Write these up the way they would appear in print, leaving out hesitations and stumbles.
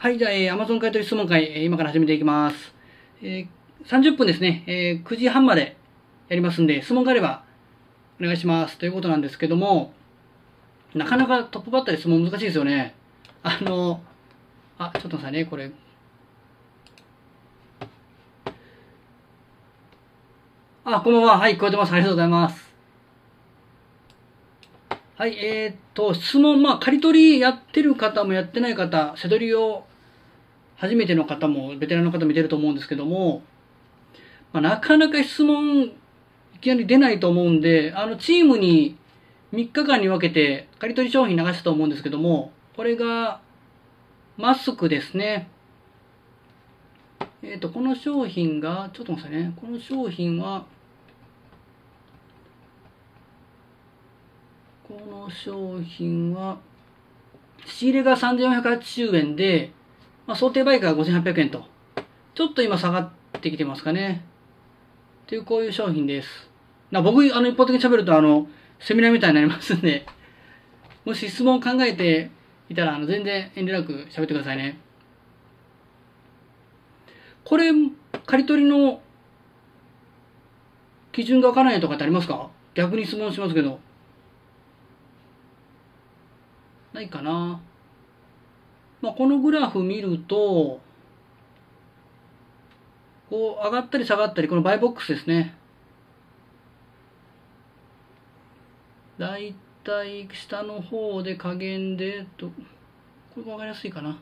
はい、じゃあ、Amazon 買取質問会、今から始めていきます。30分ですね、9時半までやりますんで、質問があればお願いします。ということなんですけども、なかなかトップバッターで質問難しいですよね。ちょっと待ってくださいね、これ。こんばんは。はい、聞こえてます。ありがとうございます。はい、質問、刈り取りやってる方もやってない方、背取りを初めての方もベテランの方もいてると思うんですけども、なかなか質問いきなり出ないと思うんで、チームに3日間に分けて刈り取り商品流したと思うんですけども、これがマスクですね。この商品が、ちょっと待ってくださいね。この商品は、仕入れが3480円で、想定売価が5800円と。ちょっと今下がってきてますかね。っていう、こういう商品です。僕、一方的に喋ると、セミナーみたいになりますんで、もし質問考えていたら、全然遠慮なく喋ってくださいね。これ、刈り取りの基準がわからないとかってありますか？逆に質問しますけど。ないかな。このグラフ見ると、こう上がったり下がったり、このバイボックスですね。だいたい下の方で加減で、これがわかりやすいかな。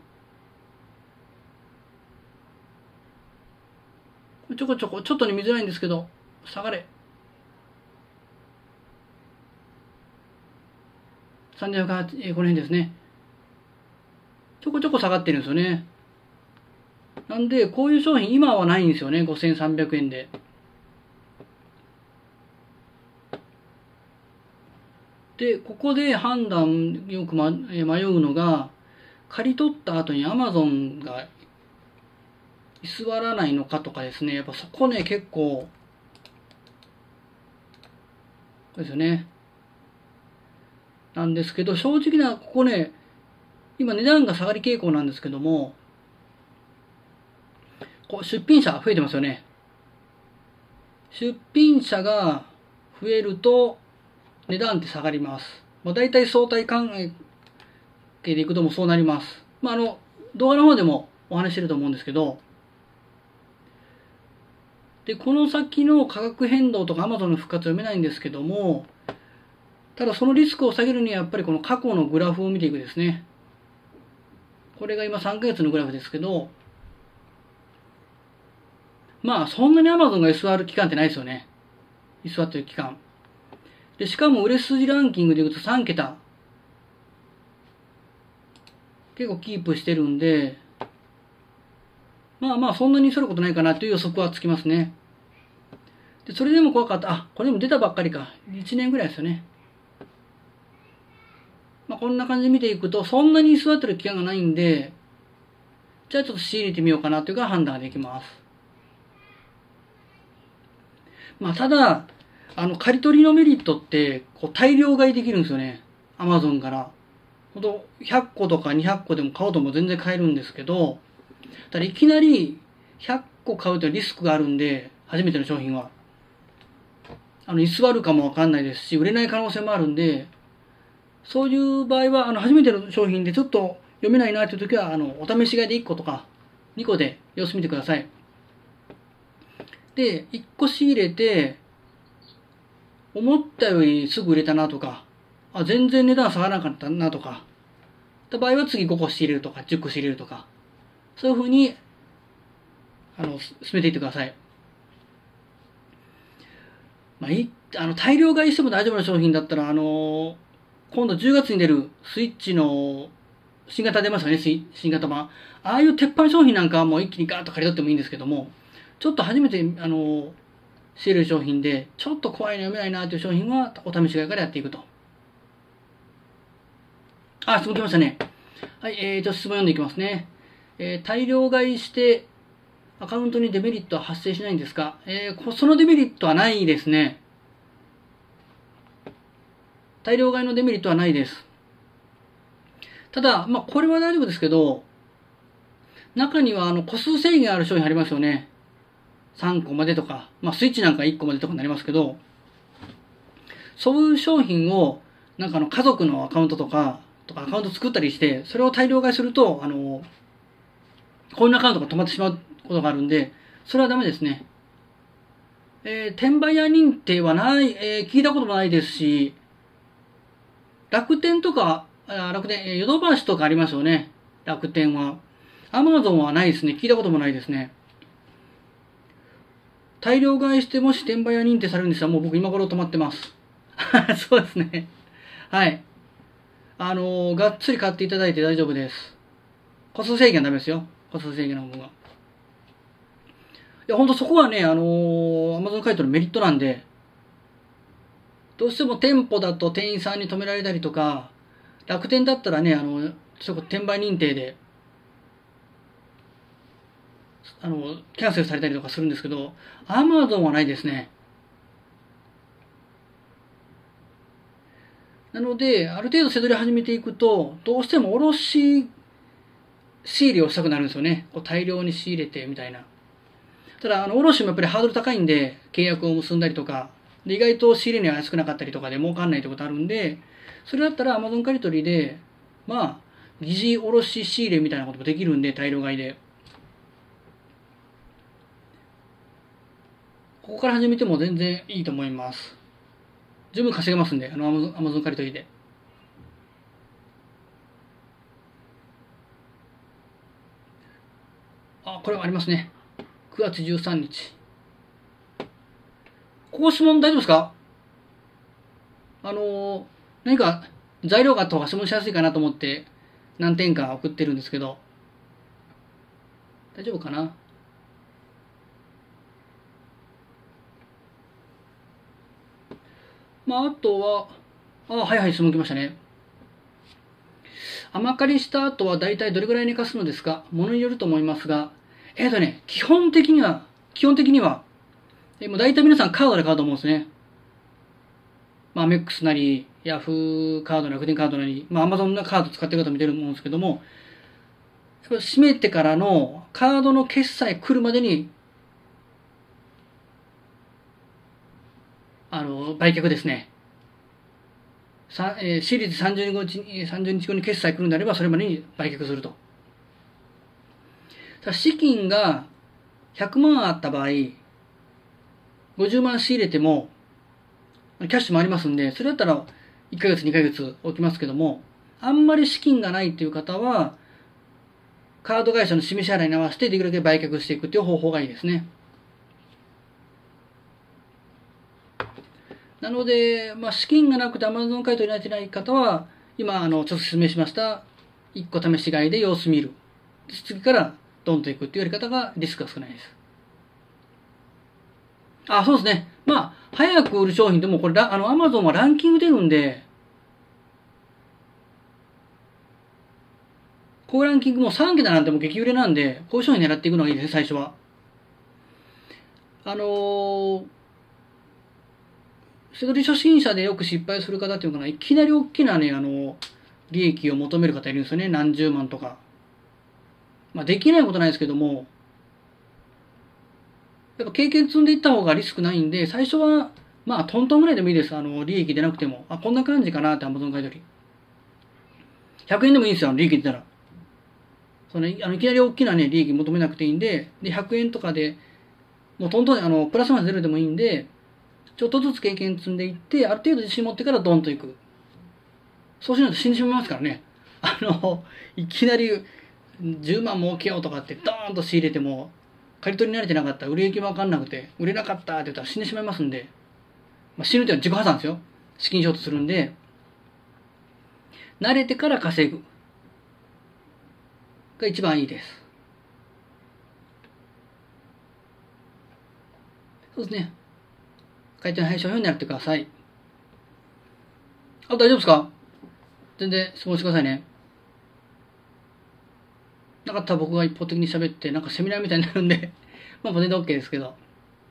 ちょこちょこ、ちょっと見づらいんですけど、下がれ。308、この辺ですね。ちょこちょこ下がってるんですよね。なんで、こういう商品、今はないんですよね。5300円で。で、ここで判断よく、迷うのが、刈り取った後に Amazon が居座らないのかとかですね。やっぱそこね、結構、これですよね。なんですけど、正直な、ここね、今値段が下がり傾向なんですけども、出品者増えてますよね。出品者が増えると値段って下がります。大体相対関係でいくともそうなります。動画の方でもお話ししてると思うんですけど、で、この先の価格変動とか Amazon の復活は読めないんですけども、ただそのリスクを下げるにはやっぱりこの過去のグラフを見ていくですね。これが今3ヶ月のグラフですけど、そんなに Amazon が居座る期間ってないですよね。居座ってる期間。で、しかも売れ筋ランキングでいくと3桁。結構キープしてるんで、そんなに居座ることないかなという予測はつきますね。で、それでも怖かった。これでも出たばっかりか。1年ぐらいですよね。こんな感じで見ていくと、そんなに居座ってる期間がないんで、じゃあちょっと仕入れてみようかなというか判断ができます。ただ、刈り取りのメリットって、大量買いできるんですよね。Amazon から。100個とか200個でも買おうとも全然買えるんですけど、ただいきなり100個買うというリスクがあるんで、初めての商品は。居座るかもわかんないですし、売れない可能性もあるんで、そういう場合は、初めての商品でちょっと読めないなという時は、お試し買いで1個とか2個で様子見てください。で、1個仕入れて、思ったよりすぐ売れたなとか、全然値段下がらなかったなとか、た場合は次5個仕入れるとか、10個仕入れるとか、そういう風に、進めていってください。大量買いしても大丈夫な商品だったら、今度10月に出るスイッチの新型出ますよね、新型版。ああいう鉄板商品なんかはもう一気にガーッと借り取ってもいいんですけども、ちょっと初めて、仕入れる商品で、ちょっと怖いの読めないなという商品は、お試し買いからやっていくと。質問来ましたね。はい、質問読んでいきますね。大量買いして、アカウントにデメリットは発生しないんですか？そのデメリットはないですね。大量買いのデメリットはないです。ただ、これは大丈夫ですけど、 中には個数制限ある商品ありますよね。3個までとか、まあスイッチなんか1個までとかになりますけど、そういう商品を、なんか家族のアカウントとかアカウント作ったりして、それを大量買いすると、こういうアカウントが止まってしまうことがあるんで、それはダメですね。転売屋認定はない、聞いたこともないですし、楽天とか、楽天、ヨドバシとかありますよね。楽天は。アマゾンはないですね。聞いたこともないですね。大量買いしてもし転売屋認定されるんですら、もう僕今頃止まってます。そうですね。はい。がっつり買っていただいて大丈夫です。個数制限はダメですよ。個数制限の部分は。いや、ほんとそこはね、Amazon 回答のメリットなんで、どうしても店舗だと店員さんに止められたりとか、楽天だったらね、そこ転売認定で、キャンセルされたりとかするんですけど、Amazon はないですね。なので、ある程度せどり始めていくと、どうしても卸仕入れをしたくなるんですよね。こう大量に仕入れてみたいな。ただ、卸もやっぱりハードル高いんで、契約を結んだりとか、で意外と仕入れには安くなかったりとかで儲かんないってことあるんで、それだったら Amazon 借り取りで、まあ、疑似卸仕入れみたいなこともできるんで、大量買いで。ここから始めても全然いいと思います。十分稼げますんで、Amazon 借り取りで。あ、これはありますね。9月13日。ここ質問大丈夫ですか？何か材料があった方が質問しやすいかなと思って何点か送ってるんですけど、大丈夫かな？まあ、あとは、はいはい、質問来ましたね。甘借りした後は大体どれぐらい寝かすのですか？ものによると思いますが、基本的には、もう大体皆さんカードで買うと思うんですね。まあ、アメックスなり、ヤフーカード、楽天カードなり、まあ、アマゾンのカード使ってる方もいると思うんですけども、閉めてからのカードの決済来るまでに、売却ですね。シリーズ30日後に決済来るんであれば、それまでに売却すると。資金が100万あった場合、50万仕入れても、キャッシュもありますんで、それだったら1ヶ月2ヶ月置きますけども、あんまり資金がないっていう方は、カード会社の示し払いに合わせてできるだけ売却していくっていう方法がいいですね。なので、まあ、資金がなくて Amazon 回答になってない方は、今、ちょっと説明しました、1個試し買いで様子見る。次からドンといくっていうやり方がリスクが少ないです。そうですね。まあ、早く売る商品でも、これ、Amazon はランキング出るんで、こういうランキングも3桁なんても激売れなんで、こういう商品狙っていくのがいいですね、最初は。セドリ初心者でよく失敗する方っていうのかな、いきなり大きなね、利益を求める方いるんですよね。何十万とか。まあ、できないことないですけども、やっぱ経験積んでいった方がリスクないんで、最初は、まあ、トントンぐらいでもいいです。利益出なくても。こんな感じかなって Amazon 買い取り。100円でもいいんですよ、利益出たら。いきなり大きなね、利益求めなくていいんで、100円とかで、もうトントン、プラスマイナスゼロでもいいんで、ちょっとずつ経験積んでいって、ある程度自信持ってからドンといく。そうしないと死んでしまいますからね。いきなり10万儲けようとかってドーンと仕入れても、借り取り慣れてなかったら売れ行きもわかんなくて、売れなかったって言ったら死んでしまいますんで、まあ、死ぬっていうのは自己破産ですよ。資金ショートするんで、慣れてから稼ぐ。が一番いいです。そうですね。回転配信を狙ってください。大丈夫ですか？全然質問してくださいね。なかったら僕が一方的に喋って、なんかセミナーみたいになるんでまあ全然 OK ですけど。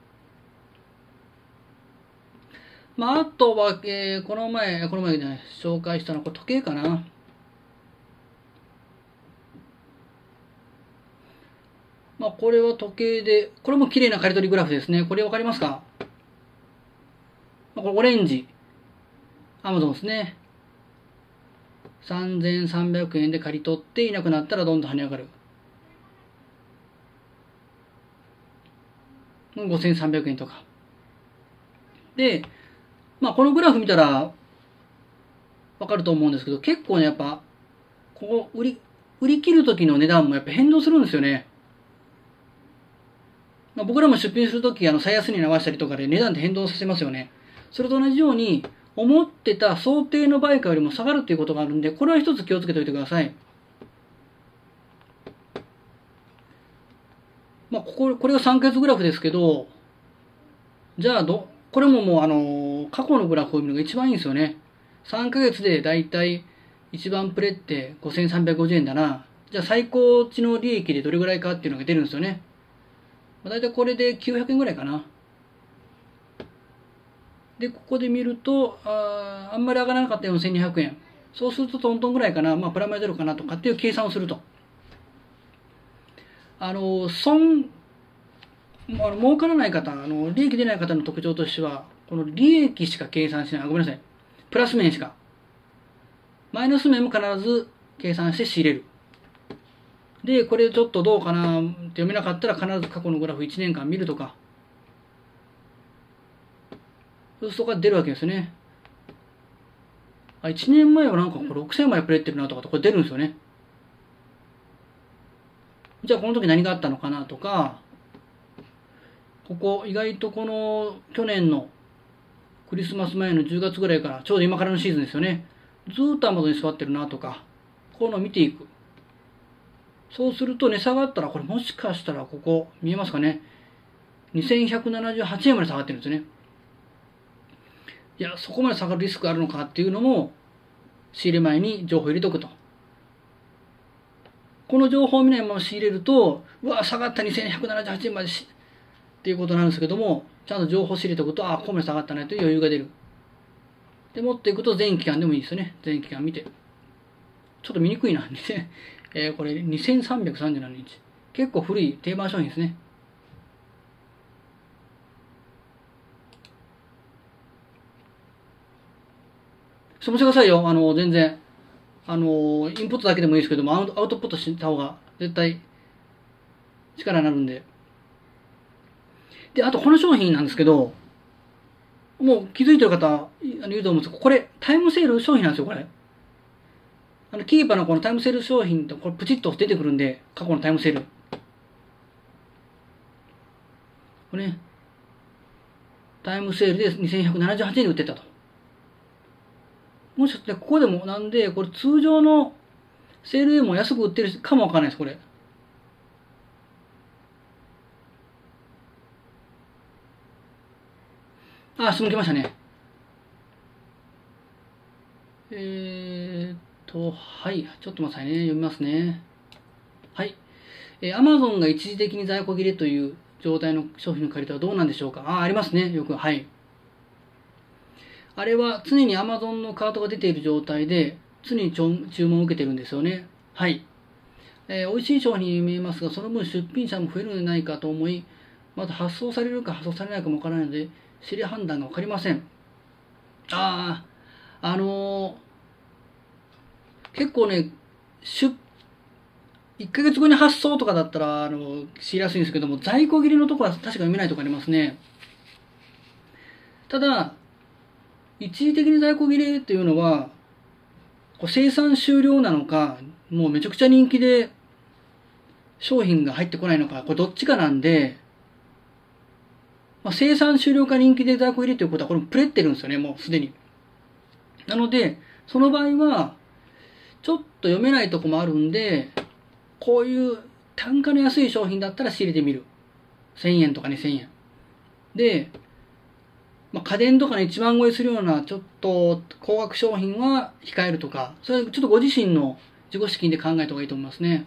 まあ、あとは、この前じゃない、紹介したのは、これ時計かな。 まあ、これは時計で、これも綺麗な刈り取りグラフですね。これわかりますか？これオレンジ。アマゾンですね。3300円で刈り取っていなくなったらどんどん跳ね上がる。5300円とか。で、まあこのグラフ見たらわかると思うんですけど、結構ね、やっぱ、ここ売り切る時の値段もやっぱ変動するんですよね。まあ、僕らも出品するとき、最安値に合わせたりとかで値段って変動させますよね。それと同じように、思ってた想定の売価よりも下がるっていうことがあるんで、これは一つ気をつけておいてください。まあ、これが3ヶ月グラフですけど、じゃあこれももう過去のグラフを見るのが一番いいんですよね。3ヶ月でだいたい一番プレって5350円だな。じゃあ最高値の利益でどれぐらいかっていうのが出るんですよね。だいたいこれで900円ぐらいかな。で、ここで見ると、あんまり上がらなかった4200円。そうするとトントンぐらいかな。まあ、プラマイゼロかなとかっていう計算をすると。儲からない方、利益出ない方の特徴としては、この利益しか計算しない。ごめんなさい。プラス面しか。マイナス面も必ず計算して仕入れる。で、これちょっとどうかなって読めなかったら必ず過去のグラフ1年間見るとか。そうすると出るわけですね。1年前はなんかこれ6000枚プレってるなとかこれ出るんですよね。じゃあこの時何があったのかなとか、ここ意外とこの去年のクリスマス前の10月ぐらいからちょうど今からのシーズンですよね。ずーっとアマゾンに座ってるなとか、こういうのを見ていく。そうすると値下がったらこれもしかしたらここ見えますかね。2178円まで下がってるんですね。いや、そこまで下がるリスクあるのかっていうのも仕入れ前に情報入れとくと。この情報を見ないまま仕入れると、うわ、下がった2178円までっていうことなんですけども、ちゃんと情報を仕入れておくと、ここまで下がったねという余裕が出る。で、持っていくと全期間でもいいですよね。全期間見て。ちょっと見にくいな。これ2337日。結構古い定番商品ですね。そうしてくださいよ。全然。インプットだけでもいいですけども、アウトプットした方が絶対力になるんで。で、あとこの商品なんですけど、もう気づいてる方いると思うんですけど、これタイムセール商品なんですよ、これ。キーパーのこのタイムセール商品ってこれプチッと出てくるんで、過去のタイムセール。これね、タイムセールで2178円で売ってたと。もしかしてここでもなんで、これ通常のセールでも安く売ってるかもわかんないです、これ。質問来ましたね。はい。ちょっと待ってくださいね。読みますね。はい。Amazon が一時的に在庫切れという状態の商品の借り手はどうなんでしょうか？ありますね。よく。はい。あれは常に Amazon のカートが出ている状態で、常に注文を受けてるんですよね。はい。美味しい商品に見えますが、その分出品者も増えるのではないかと思い、また発送されるか発送されないかもわからないので、仕入れ判断がわかりません。結構ね、1ヶ月後に発送とかだったら、仕入れやすいんですけども、在庫切れのところは確か読めないところありますね。ただ、一時的に在庫切れっていうのは、生産終了なのか、もうめちゃくちゃ人気で商品が入ってこないのか、これどっちかなんで、生産終了か人気で在庫切れということは、これプレってるんですよね、もうすでに。なので、その場合は、ちょっと読めないとこもあるんで、こういう単価の安い商品だったら仕入れてみる。1000円とか2000円。で、家電とかね、1万超えするようなちょっと高額商品は控えるとか、それはちょっとご自身の自己資金で考えた方がいいと思いますね。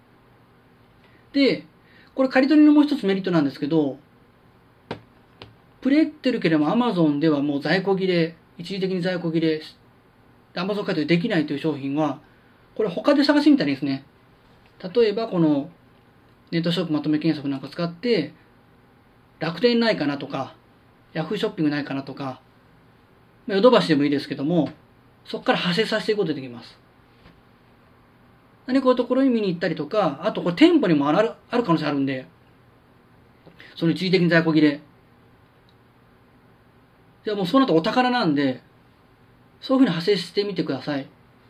で、これ借り取りのもう一つメリットなんですけど、プレってるけれども Amazon ではもう在庫切れ、一時的に在庫切れ、Amazon 買い取りできないという商品は、これ他で探してみたらいいですね。例えばこのネットショップまとめ検索なんか使って、楽天ないかなとか、ヤフーショッピングないかなとか、ヨドバシでもいいですけども、そこから派生させていくことができます。こういうところに見に行ったりとか、あとこれ店舗にもある可能性あるんで、その一時的に在庫切れ。じゃあもうそうなったらお宝なんで、そういうふうに派生してみてください。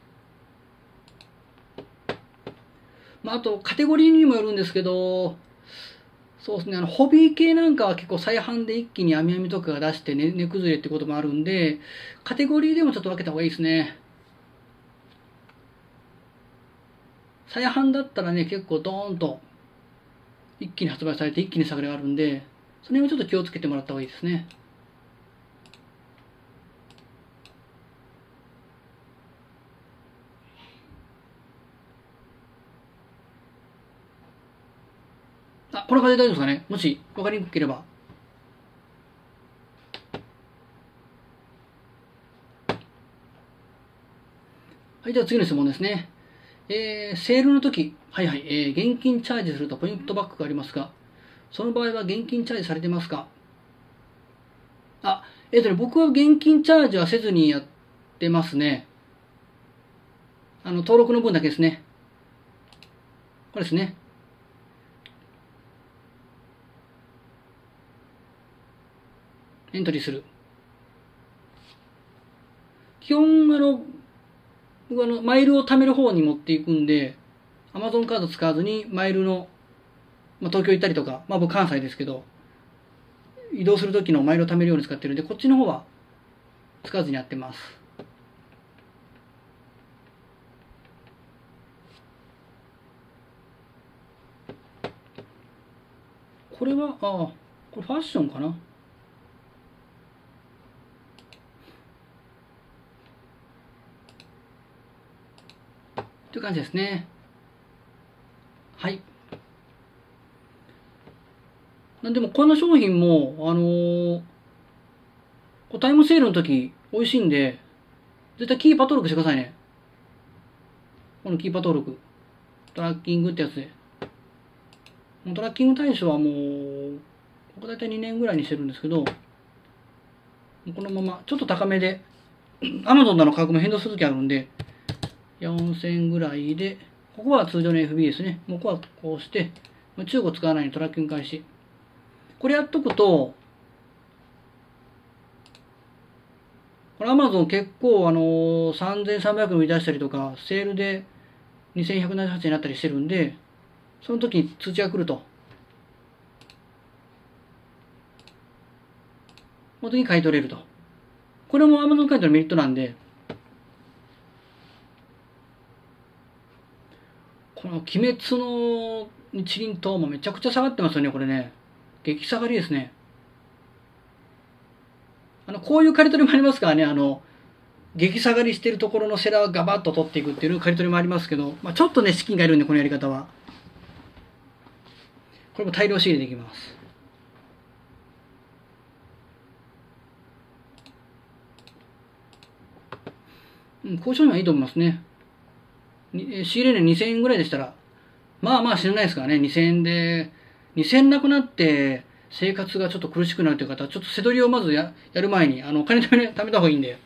あと、カテゴリーにもよるんですけど、そうですね、ホビー系なんかは結構再販で一気に網とかが出して値崩れってこともあるんで、カテゴリーでもちょっと分けた方がいいですね。再販だったらね、結構ドーンと一気に発売されて一気に下がりがあるんで、その辺はちょっと気をつけてもらった方がいいですね。こんな感じで大丈夫ですかね。もし分かりにくければ。はい、では次の質問ですね。セールの時、現金チャージするとポイントバックがありますが、その場合は現金チャージされてますか？僕は現金チャージはせずにやってますね。登録の分だけですね。これですね。エントリーする。基本、僕はマイルを貯める方に持っていくんで、Amazon カード使わずにマイルの、東京行ったりとか、僕関西ですけど、移動する時のマイルを貯めるように使ってるんで、こっちの方は使わずにやってます。これは、これファッションかな？という感じですね。はい。なんでもこんな商品も、タイムセールの時美味しいんで、絶対キーパー登録してくださいね。このキーパー登録。トラッキングってやつで。トラッキング対象はもう、僕大体2年ぐらいにしてるんですけど、このまま、ちょっと高めで、Amazon の価格も変動する時あるんで、4000ぐらいで、ここは通常の FB ですね。ここはこうして、中古使わないにトラッキング開始。これやっとくと、これ Amazon 結構3300円売り出したりとか、セールで2178円になったりしてるんで、その時に通知が来ると。この時に買い取れると。これも Amazon 買い取りのメリットなんで、この鬼滅の日輪刀もめちゃくちゃ下がってますよね、これね。激下がりですね。こういう刈り取りもありますからね、激下がりしてるところのセラーをガバッと取っていくっていう刈り取りもありますけど、ちょっとね、資金がいるんで、このやり方は。これも大量仕入れできます。こういう商品はいいと思いますね。仕入れ値2000円ぐらいでしたら、知らないですからね、2000円で、2000円なくなって、生活がちょっと苦しくなるという方は、ちょっと背取りをまずやる前に、お金貯めた方がいいんで。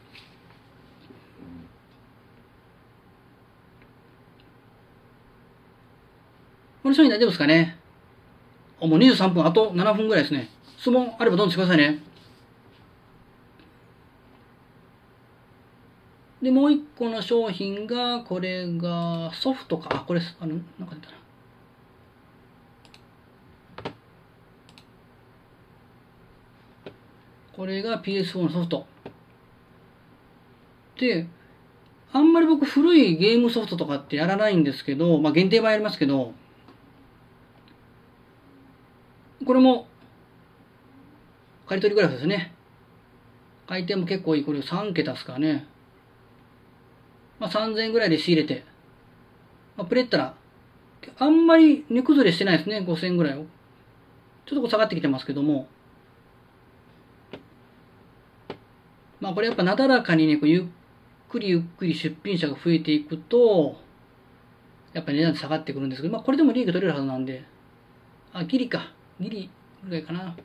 この商品大丈夫ですかね？もう23分、あと7分ぐらいですね。質問あればどんどんしてくださいね。で、もう一個の商品が、これがソフトか。これ、なんか出たな。これが PS4 のソフト。で、あんまり僕古いゲームソフトとかってやらないんですけど、限定版やりますけど、これも、刈り取りグラフですね。回転も結構いい。これ3桁ですからね。3000円ぐらいで仕入れて、プレッタラ、あんまり値崩れしてないですね。5000円ぐらいを。ちょっと下がってきてますけども、これやっぱなだらかにね、ゆっくりゆっくり出品者が増えていくと、やっぱり値段下がってくるんですけど、これでも利益取れるはずなんで、 あ、ギリか。ギリぐらいかな。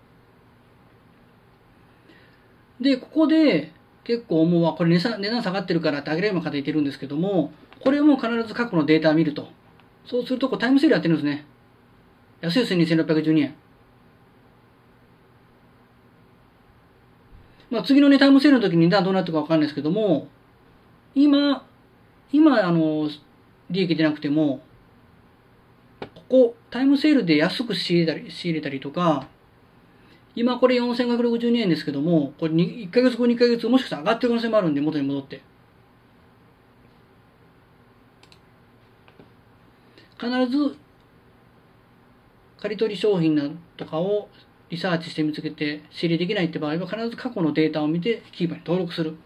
で、ここで結構思うわ、これ値段下がってるからってあげれば方言ってるんですけども、これも必ず過去のデータを見ると。そうすると、タイムセールやってるんですね。安いですね、2612円。まあ、次のね、タイムセールの時に値段どうなってるかわかんないですけども、今、利益出なくても、タイムセールで安く仕入れたりとか、今これ4562円ですけども、これ1ヶ月後2ヶ月もしかしたら上がってる可能性もあるんで、元に戻って。必ず、借り取り商品なんとかをリサーチして見つけて仕入れできないって場合は、必ず過去のデータを見てキーパーに登録する。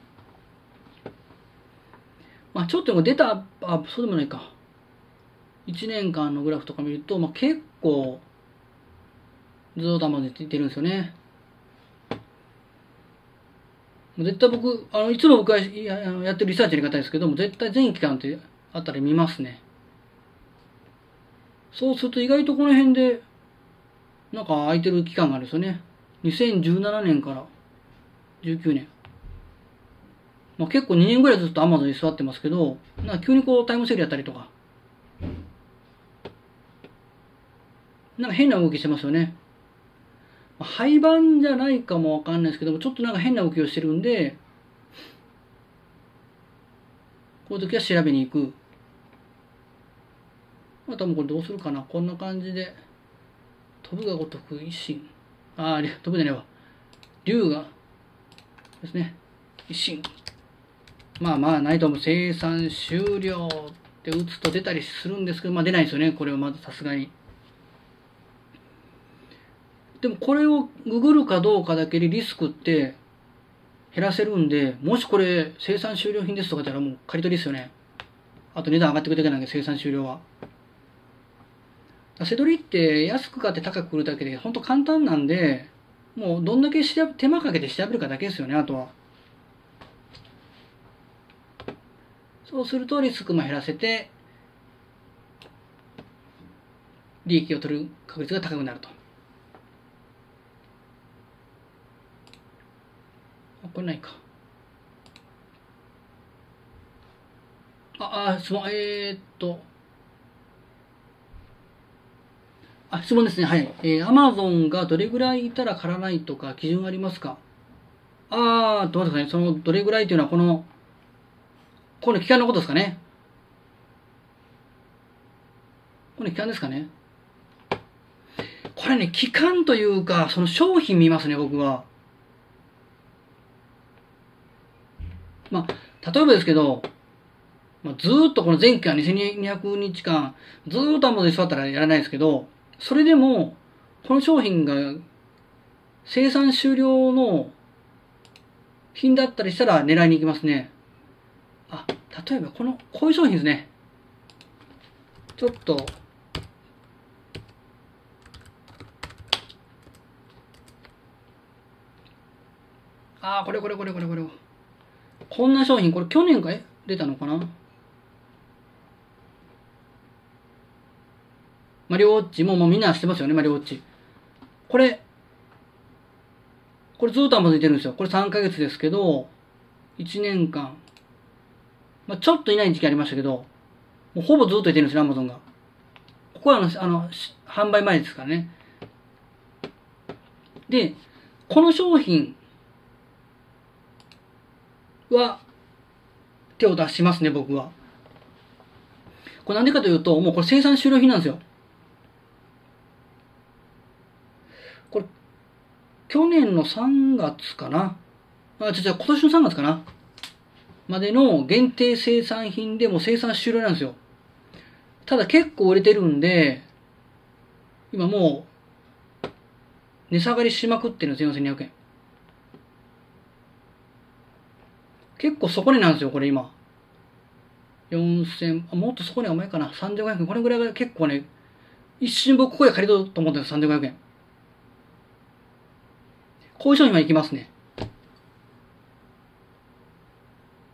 まあちょっとでも出た、そうでもないか。1年間のグラフとか見ると、まあ結構、ずっとまで出てるんですよね。絶対僕、いつも僕がやってるリサーチのやり方ですけども、絶対全期間ってあったら見ますね。そうすると意外とこの辺で、なんか空いてる期間があるんですよね。2017年から19年。まあ結構2年ぐらいずっと Amazon に座ってますけど、なんか急にタイムセールやったりとか、なんか変な動きしてますよね。廃盤じゃないかもわかんないですけども、ちょっとなんか変な動きをしてるんで、こういう時は調べに行く。まあ多分これどうするかな。こんな感じで、飛ぶが如く一心。飛ぶじゃないわ。竜がですね。一心。まあまあないと思う。生産終了って打つと出たりするんですけど、まあ出ないですよね。これはまずさすがに。でもこれをググるかどうかだけでリスクって減らせるんで、もしこれ生産終了品ですとか言ったらもう借り取りですよね。あと値段上がってくるだけなんで生産終了は。せどりって安く買って高く売るだけで本当簡単なんで、もうどんだけ手間かけて調べるかだけですよね、あとは。そうするとリスクも減らせて、利益を取る確率が高くなると。これないか。質問、質問ですね。はい。Amazon がどれぐらいいたら狩らないとか基準ありますか？どうですかね。その、どれぐらいというのはこの期間のことですかね。この期間ですかね。これね、期間というか、その商品見ますね、僕は。まあ、例えばですけど、ずーっとこの前期間2200日間、ずーっと Amazon に座ったらやらないですけど、それでも、この商品が生産終了の品だったりしたら狙いに行きますね。例えばこういう商品ですね。ちょっと、これ。こんな商品、これ去年か出たのかな？マリオウォッチもうみんな知ってますよね、マリオウォッチ。これずっとAmazonに出てるんですよ。これ3ヶ月ですけど、1年間。ちょっといない時期ありましたけど、もうほぼずっと出てるんですね、Amazonが。ここは販売前ですからね。で、この商品は手を出しますね、僕は。これなんでかというと、もうこれ生産終了品なんですよ。これ、去年の3月かな。今年の3月かな。までの限定生産品でも生産終了なんですよ。ただ結構売れてるんで、今もう、値下がりしまくってるんですよ、4200円。結構底値なんですよ、これ今。4000、もっと底値は前かな。3500円。これぐらいが結構ね、一瞬僕ここで借り取ろうと思ったんです、3500円。こういう商品は行きますね。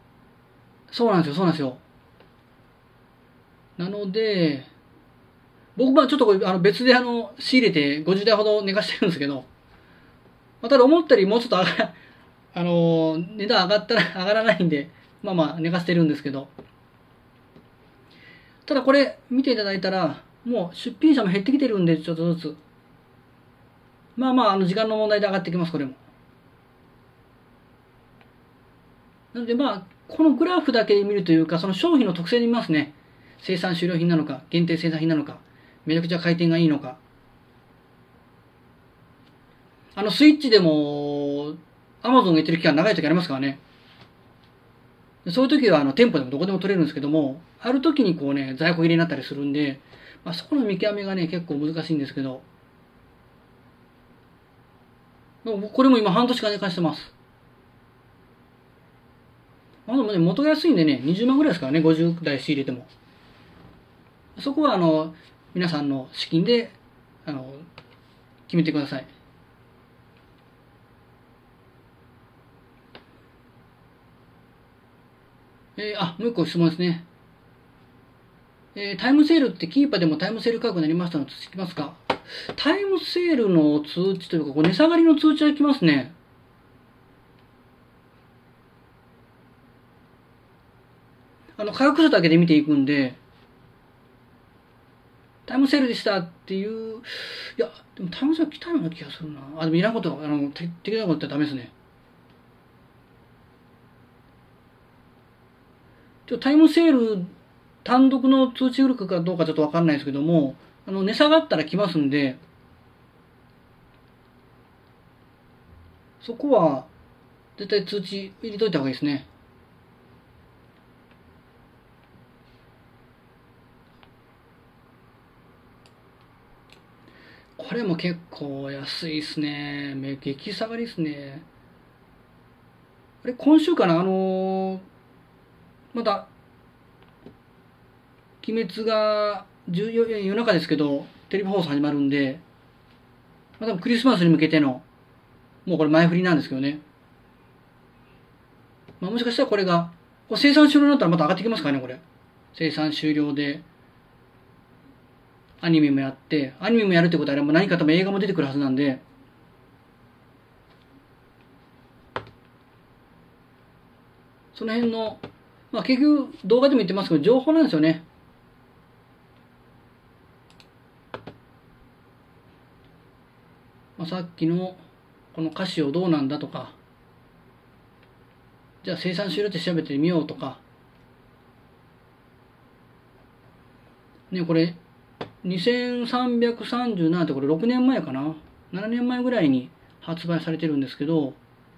そうなんですよ。なので、 僕はちょっとこれ別で仕入れて50台ほど寝かしてるんですけど、まあ、ただ思ったよりもうちょっと値段上がったら上がらないんで、まあまあ寝かしてるんですけど、ただこれ見ていただいたら、もう出品者も減ってきてるんで、ちょっとずつ。まあまあ、時間の問題で上がってきます、これも。なのでまあ、このグラフだけで見るというか、その商品の特性で見ますね。生産終了品なのか、限定生産品なのか、めちゃくちゃ回転がいいのか。スイッチでも、アマゾンが言ってる期間長い時ありますからね。そういう時は店舗でもどこでも取れるんですけども、ある時にこうね、在庫切れになったりするんで、まあ、そこの見極めがね、結構難しいんですけど、これも今半年間寝かしてます。まだね、元が安いんでね、20万ぐらいですからね、50台仕入れても。そこは皆さんの資金で、決めてください。もう一個質問ですね。タイムセールってキーパーでもタイムセール価格になりましたのつきますか？タイムセールの通知というか、値下がりの通知は来ますね。価格差だけで見ていくんで、タイムセールでしたっていう、いや、でもタイムセール来たような気がするな。でもいらんこと、適当なこと言ったらダメですね。タイムセール単独の通知売るかどうかちょっとわかんないですけども、値下がったら来ますんで、そこは絶対通知入れといた方がいいですね。これも結構安いですね。激下がりですね。あれ、今週かなまた、鬼滅が夜中ですけど、テレビ放送始まるんで、まあ、多分クリスマスに向けての、もうこれ前振りなんですけどね。まあ、もしかしたらこれが、生産終了になったらまた上がってきますからね、これ。生産終了で、アニメもやって、アニメもやるってことはあれも何か多分映画も出てくるはずなんで、その辺の、まあ結局動画でも言ってますけど、情報なんですよね。まあ、さっきのこの歌詞をどうなんだとか、じゃあ生産終了って調べてみようとか、ね、これ2337ってこれ6年前かな、7年前ぐらいに発売されてるんですけど、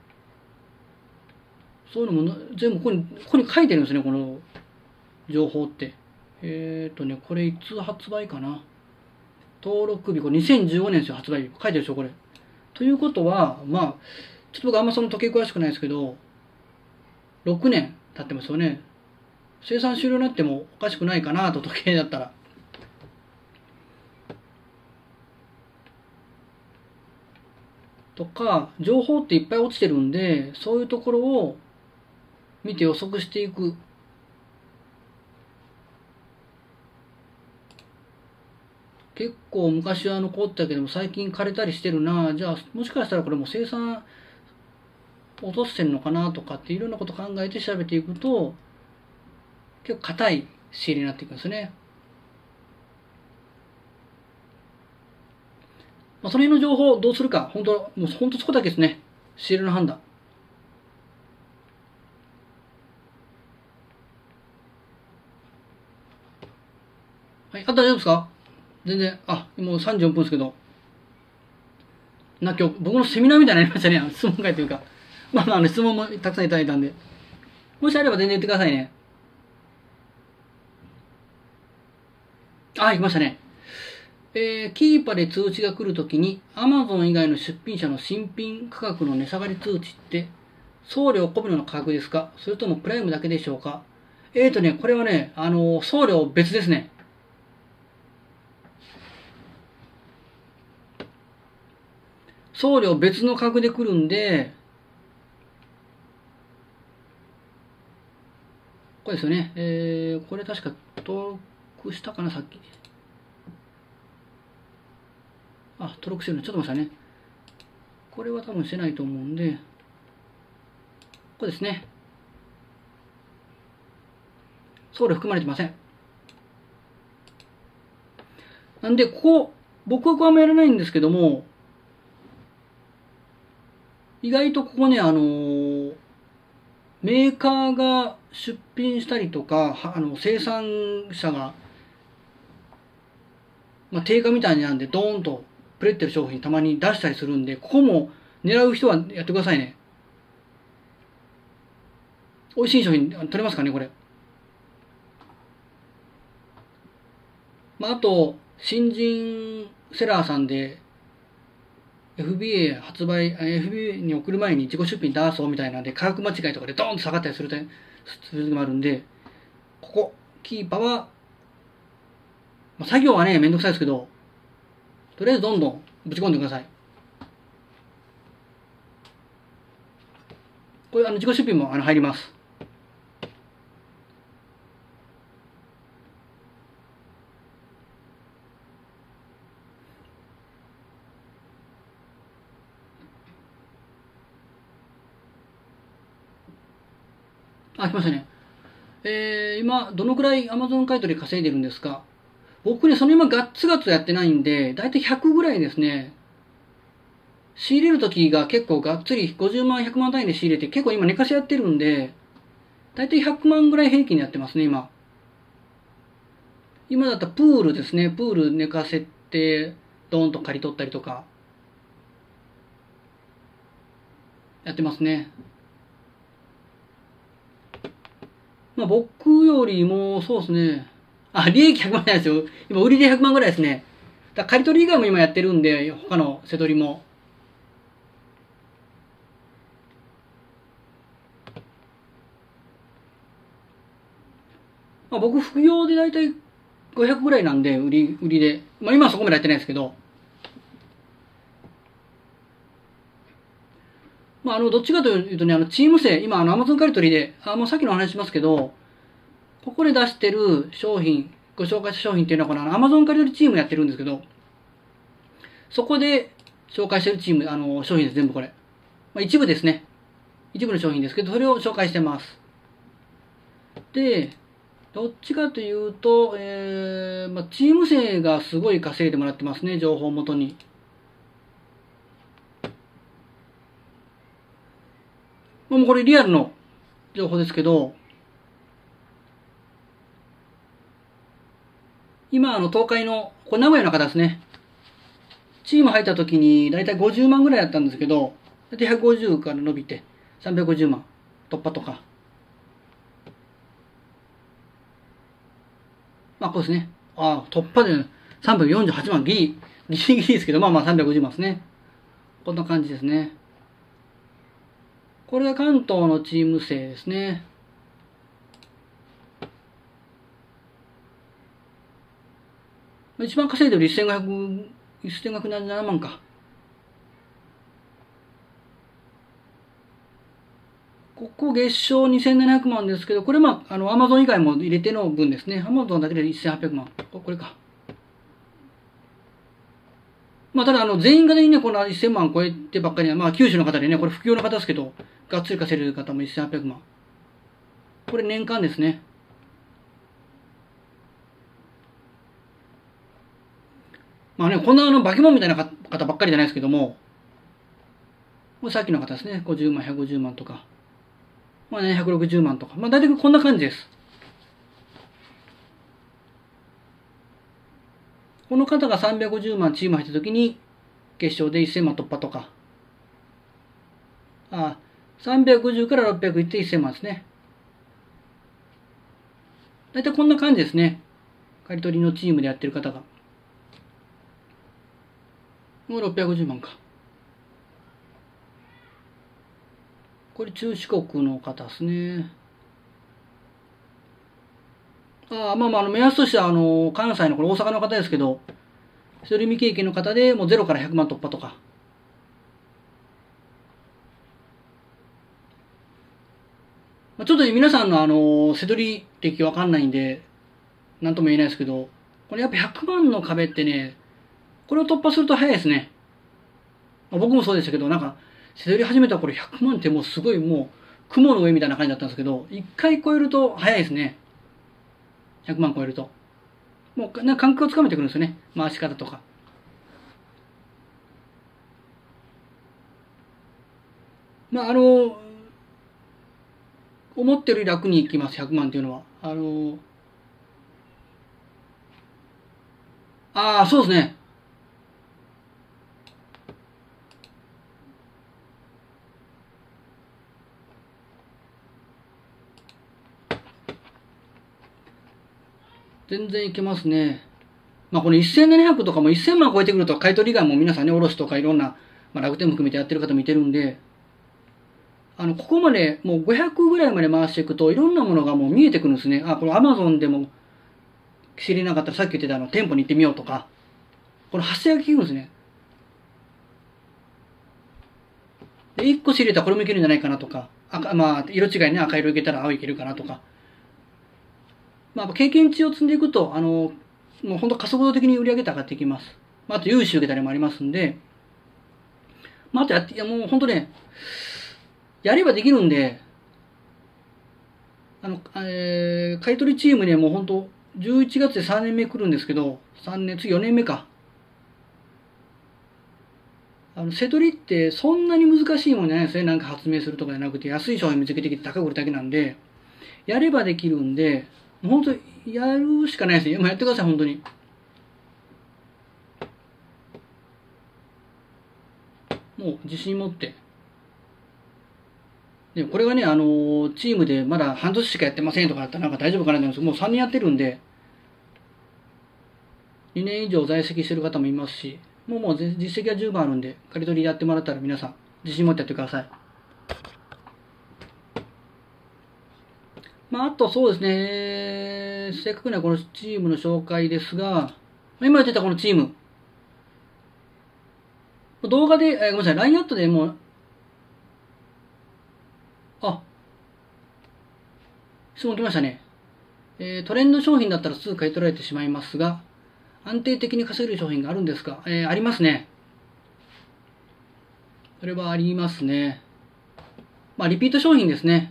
そういうのも全部ここに書いてるんですね、この情報って。これいつ発売かな、登録日これ2015年ですよ、発売日書いてるでしょこれ。ということはまあちょっと僕あんまその時計詳しくないですけど、6年経ってますよね。生産終了になってもおかしくないかなと、時計だったら。とか、情報っていっぱい落ちてるんで、そういうところを見て予測していく。結構昔は残ったけども最近枯れたりしてるな、じゃあもしかしたらこれもう生産落としてんのかなとかっていろんなこと考えて調べていくと、結構硬い仕入れになっていくんですね。まあ、その辺の情報をどうするか、もう本当そこだけですね。仕入れの判断。はい、あと大丈夫ですか？全然、もう34分ですけど。今日僕のセミナーみたいになりましたね。質問会というか。まあまあ、質問もたくさんいただいたんで。もしあれば全然言ってくださいね。来ましたね。キーパで通知が来るときに Amazon 以外の出品者の新品価格の値下がり通知って送料込みの価格ですか、それともプライムだけでしょうか？これはね、送料別ですね。送料別の価格で来るんで、これですよね。これ確か登録したかな、さっき。 登録してるの。ちょっと待ってくださいね。これは多分してないと思うんで、これですね。送料含まれてません。なんで、ここ、僕はこうあんまやらないんですけども、意外とここね、メーカーが出品したりとか、生産者が、定価みたいなんで、ドーンとプレッテル商品たまに出したりするんで、ここも狙う人はやってくださいね。美味しい商品取れますかね、これ。あと、新人セラーさんで、FBA に送る前に自己出品出そうみたいなんで、価格間違いとかでドーンと下がったりする時もあるんで、ここ、キーパーは、作業はね、めんどくさいですけど、とりあえずどんどんぶち込んでください。これ、自己出品も入ります。来ましたね。今、どのくらい Amazon 買い取り稼いでるんですか？僕ね、その今ガッツガツやってないんで、だいたい100ぐらいですね。仕入れるときが結構がっつり50万、100万単位で仕入れて、結構今寝かしやってるんで、だいたい100万ぐらい平均でやってますね、今。今だったらプールですね。プール寝かせて、ドーンと借り取ったりとか、やってますね。僕よりも、そうですね。利益100万ないですよ。今、売りで100万ぐらいですね。だから借り取り以外も今やってるんで、他の瀬取りも。僕、副業でだいたい500ぐらいなんで、売りで。今はそこまでやってないですけど。どっちかというとね、チーム制、今、Amazon 借り取りで、もうさっきの話しますけど、ここで出してる商品、ご紹介した商品っていうのは、このAmazon 借り取りチームやってるんですけど、そこで紹介してるチーム、商品です、全部これ。一部ですね。一部の商品ですけど、それを紹介してます。で、どっちかというと、チーム生がすごい稼いでもらってますね、情報をもとに。もうこれリアルの情報ですけど、今、東海の、これ名古屋の方ですね。チーム入った時に、だいたい50万ぐらいだったんですけど、だいたい150から伸びて、350万突破とか。こうですね。突破で348万ギリギリですけど、350万ですね。こんな感じですね。これが関東のチーム生ですね。一番稼いでる1577万か。ここ月賞2700万ですけど、これアマゾン以外も入れての分ですね。アマゾンだけで1800万。これか。ただ全員が全員ね、この1000万超えてばっかりは、九州の方でね、これ副業の方ですけど、がっつり稼いでる方も1800万。これ年間ですね。こんな化け物みたいな方ばっかりじゃないですけども、これさっきの方ですね。50万、150万とか。160万とか。大体こんな感じです。この方が350万チーム入った時に、決勝で1000万突破とか。350から600いって1000万ですね。大体こんな感じですね。刈り取りのチームでやってる方が。もう650万か。これ中四国の方ですね。目安としては、関西のこれ大阪の方ですけど、一人未経験の方でもう0から100万突破とか。ちょっと皆さんの瀬取り歴わかんないんで、なんとも言えないですけど、これやっぱ100万の壁ってね、 これを突破すると早いですね。僕もそうでしたけど、なんか、背取り始めた頃100万ってもうすごいもう、雲の上みたいな感じだったんですけど、1回超えると早いですね。100万超えると。もう、なんか感覚をつかめてくるんですよね。回し方とか。まあ、思ってるより楽にいきます、100万っていうのは。そうですね。全然いけますね。まあこの1700とかも1000万超えてくると買い取り以外も皆さんね、卸とかいろんな、まあ、楽天も含めてやってる方見てるんで、ここまでもう500ぐらいまで回していくといろんなものがもう見えてくるんですね。これ Amazon でも知りなかったらさっき言ってた店舗に行ってみようとか、この発生が効くんですね。で、1個知れたらこれもいけるんじゃないかなとか、まあ色違いね、赤色いけたら青いけるかなとか、まあ経験値を積んでいくと、もう本当加速度的に売り上げて上がっていきます。まあ、あと融資受けたりもありますんで、まあ、あといやもう本当ね、やればできるんで、買い取りチームね、もう本当、11月で3年目来るんですけど、3年、次4年目か。瀬取りってそんなに難しいもんじゃないですね。なんか発明するとかじゃなくて、安い商品見つけてきて高く売るだけなんで、やればできるんで、本当やるしかないですね。やってください、本当に。もう自信持って。で、これがね、チームでまだ半年しかやってませんとかだったらなんか大丈夫かなと思うんですけど、もう3年やってるんで、2年以上在籍してる方もいますし、もう実績は十分あるんで、刈り取りやってもらったら皆さん、自信持ってやってください。まあ、あとそうですね、せっかくね、このチームの紹介ですが、今言ってたこのチーム、動画で、ごめんなさい、LINE アットでもう、質問来ましたね。トレンド商品だったらすぐ買い取られてしまいますが、安定的に稼げる商品があるんですか？ありますね。それはありますね。まあ、リピート商品ですね。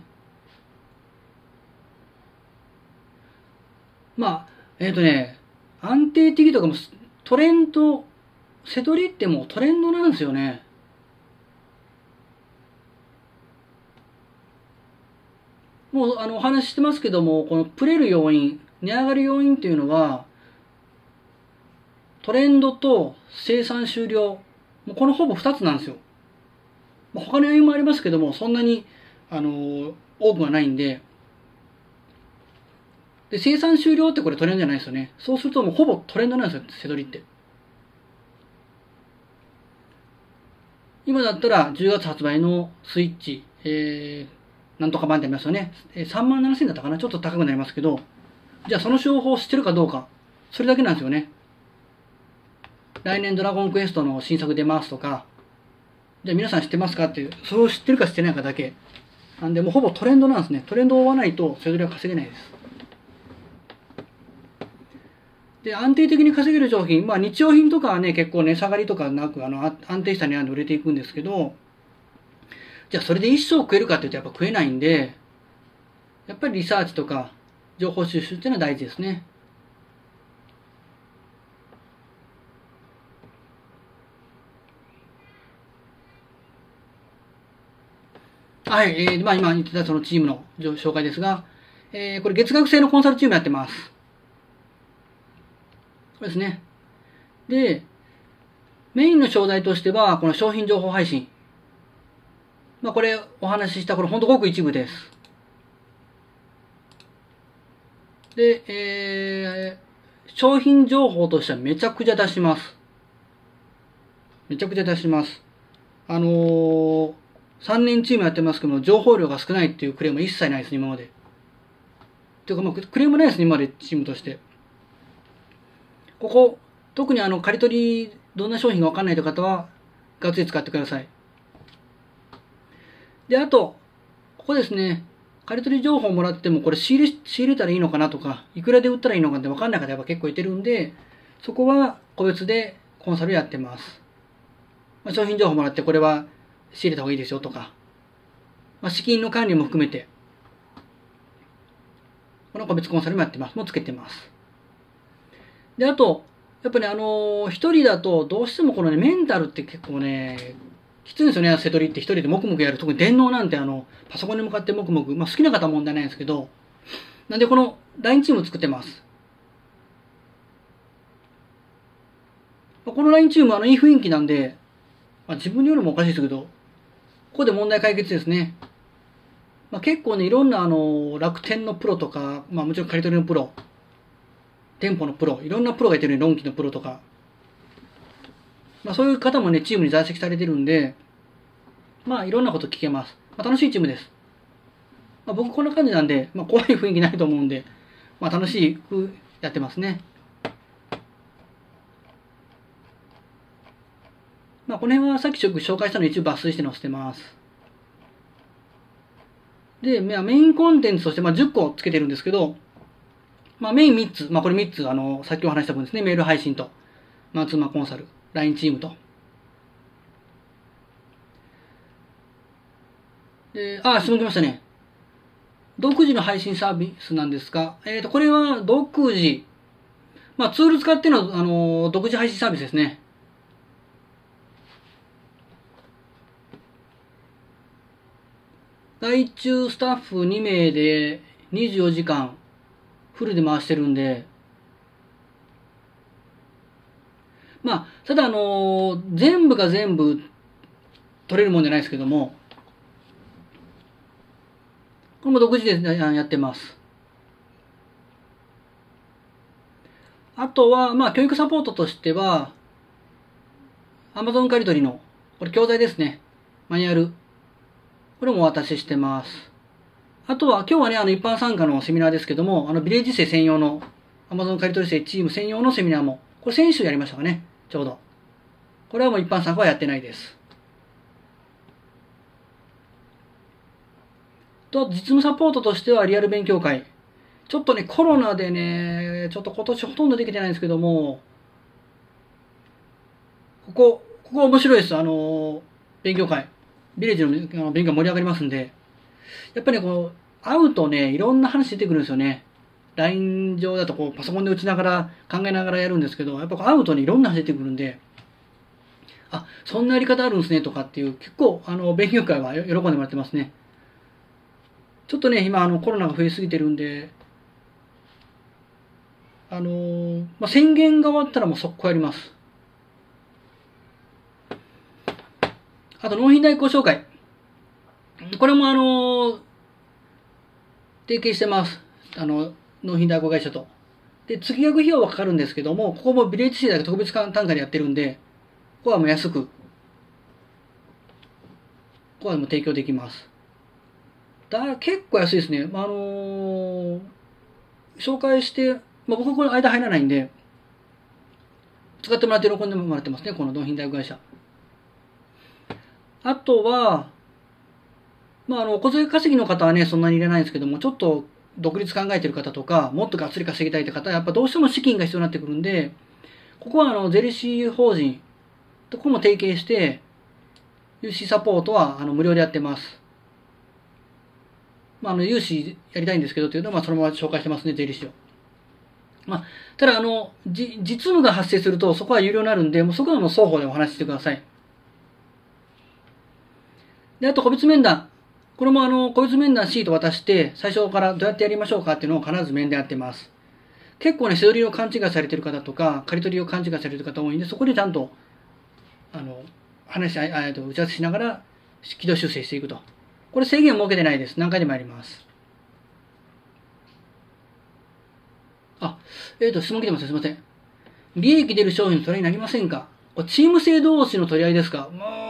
まあ、安定的とかも、トレンド、瀬取りってもうトレンドなんですよね。もう、お話ししてますけども、このプレる要因、値上がる要因っていうのは、トレンドと生産終了、もうこのほぼ2つなんですよ。他の要因もありますけども、そんなに、多くはないんで、で、生産終了ってこれトレンドじゃないですよね。そうするともうほぼトレンドなんですよ、背取りって。今だったら10月発売のスイッチ、なんとか版ってありますよね。37,000だったかな、ちょっと高くなりますけど、じゃあその商法を知ってるかどうか、それだけなんですよね。来年ドラゴンクエストの新作出ますとか、じゃあ皆さん知ってますかっていう、それを知ってるか知ってないかだけ。なんでもうほぼトレンドなんですね。トレンドを追わないと背取りは稼げないです。で、安定的に稼げる商品、まあ日用品とかはね、結構値下がりとかなく、安定した値段で売れていくんですけど、じゃあそれで一生食えるかっていうとやっぱ食えないんで、やっぱりリサーチとか情報収集っていうのは大事ですね。はい、まあ今言ってたそのチームの紹介ですが、これ月額制のコンサルチームやってます。そうですね。で、メインの商材としては、この商品情報配信。まあこれお話ししたこれほんとごく一部です。で、商品情報としてはめちゃくちゃ出します。めちゃくちゃ出します。3年チームやってますけども、情報量が少ないっていうクレーム一切ないです、今まで。ていうか、まあ、クレームないですね、今までチームとして。ここ、特に刈り取り、どんな商品がわかんないという方は、がっつり使ってください。で、あと、ここですね、刈り取り情報もらっても、これ仕入れたらいいのかなとか、いくらで売ったらいいのかってわかんない方やっぱ結構いてるんで、そこは個別でコンサルやってます。商品情報もらってこれは仕入れた方がいいですよとか、資金の管理も含めて、この個別コンサルもやってます。もつけてます。で、あと、やっぱり一人だとどうしてもこのね、メンタルって結構ね、きついんですよね、瀬取りって一人で黙々やる。特に電脳なんてパソコンに向かって黙々、好きな方は問題ないんですけど、なんでこの LINE チーム作ってます。この LINE チームはいい雰囲気なんで、自分によるもおかしいですけど、ここで問題解決ですね。結構ね、いろんな楽天のプロとか、もちろん借り取りのプロ、店舗のプロ、いろんなプロがいてるね、ロンキのプロとか。そういう方もね、チームに在籍されてるんで、いろんなこと聞けます。楽しいチームです。僕こんな感じなんで、怖い雰囲気ないと思うんで、楽しくやってますね。この辺はさっき紹介したのを一部抜粋して載せてます。で、メインコンテンツとして10個つけてるんですけど、メイン3つ、これ3つ、さっきお話した分ですね、メール配信と、マンツーマンコンサル、LINE チームと。で、質問来ましたね。独自の配信サービスなんですか？これは独自、ツール使っての、独自配信サービスですね。外注スタッフ2名で24時間フルで回してるんで、ただ全部が全部取れるもんじゃないですけども、これも独自でやってます。あとは、教育サポートとしては、Amazon 借り取りの、これ教材ですね。マニュアル。これもお渡ししてます。あとは、今日はね、一般参加のセミナーですけども、ビレッジ生専用の、Amazon 借り取り生チーム専用のセミナーも、これ先週やりましたかね、ちょうど。これはもう一般参加はやってないです。と、実務サポートとしてはリアル勉強会。ちょっとね、コロナでね、ちょっと今年ほとんどできてないんですけども、ここ面白いです。勉強会。ビレッジの勉強盛り上がりますんで。やっぱりね、会うとね、いろんな話出てくるんですよね。LINE 上だとパソコンで打ちながら、考えながらやるんですけど、やっぱ会うとね、いろんな話出てくるんで、そんなやり方あるんですね、とかっていう、結構、勉強会は喜んでもらってますね。ちょっとね、今、コロナが増えすぎてるんで、宣言が終わったらもう速攻やります。あと、納品代行紹介。これも提携してます。納品代行会社と。で、月額費用はかかるんですけども、ここもビレッジ生だけ特別単価でやってるんで、ここはもう安く、ここはもう提供できます。結構安いですね。紹介して、僕はこの間入らないんで、使ってもらって喜んでもらってますね、この納品代行会社。あとは、お小遣い稼ぎの方はね、そんなにいらないんですけども、ちょっと独立考えてる方とか、もっとがっつり稼ぎたいって方は、やっぱどうしても資金が必要になってくるんで、ここは税理士法人とこも提携して、融資サポートは無料でやってます。融資やりたいんですけどっていうのは、そのまま紹介してますね、税理士を。ただ実務が発生すると、そこは有料になるんで、もうそこはもう双方でお話ししてください。で、あと個別面談。これも個別面談シート渡して、最初からどうやってやりましょうかっていうのを必ず面でやってます。結構ね、背取りを勘違いされてる方とか、刈り取りを勘違いされてる方多いんで、そこでちゃんと、打ち合わせしながら、軌道修正していくと。これ制限を設けてないです。何回でもやります。質問来てます。すいません。利益出る商品の取り合いになりませんか？これチーム制同士の取り合いですか？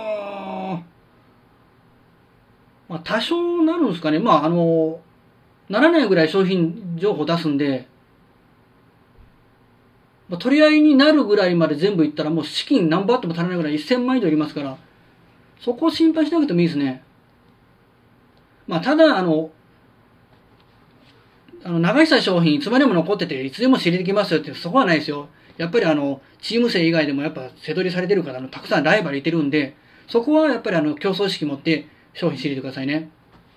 多少なるんですかね。ならないぐらい商品情報出すんで、取り合いになるぐらいまで全部いったらもう資金何ぼあっても足らないぐらい1000万以上いりますから、そこを心配しなくてもいいですね。ただ、流した商品いつまでも残ってていつでも仕入れてきますよってそこはないですよ。 やっぱりチーム生以外でもやっぱ背取りされてる方たくさんライバルいてるんで、そこはやっぱり競争意識持って商品仕入れてくださいね。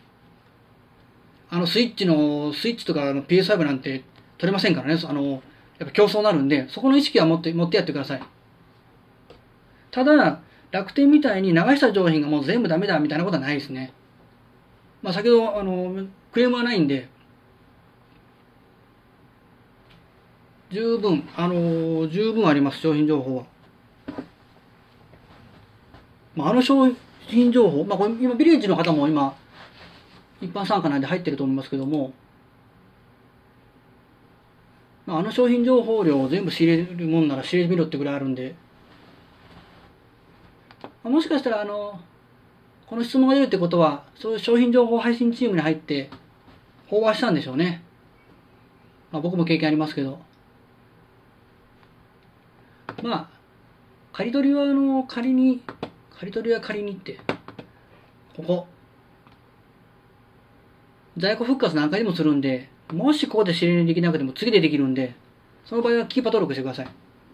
スイッチとかPS5 なんて取れませんからね。やっぱ競争になるんで、そこの意識は持ってやってください。ただ、楽天みたいに流した商品がもう全部ダメだみたいなことはないですね。まあ先ほど、クレームはないんで、十分あります、商品情報は。まあ、商品情報、まあこれ今ビレッジの方も今、一般参加なんで入ってると思いますけども、まあ、商品情報量を全部仕入れるもんなら仕入れてみろってぐらいあるんで、もしかしたらこの質問が出るってことは、そういう商品情報配信チームに入って飽和したんでしょうね。まあ、僕も経験ありますけど。まあ、刈り取りは仮にって、ここ、在庫復活何回でもするんで、もしここで仕入れできなくても次でできるんで、その場合はキーパー登録してください。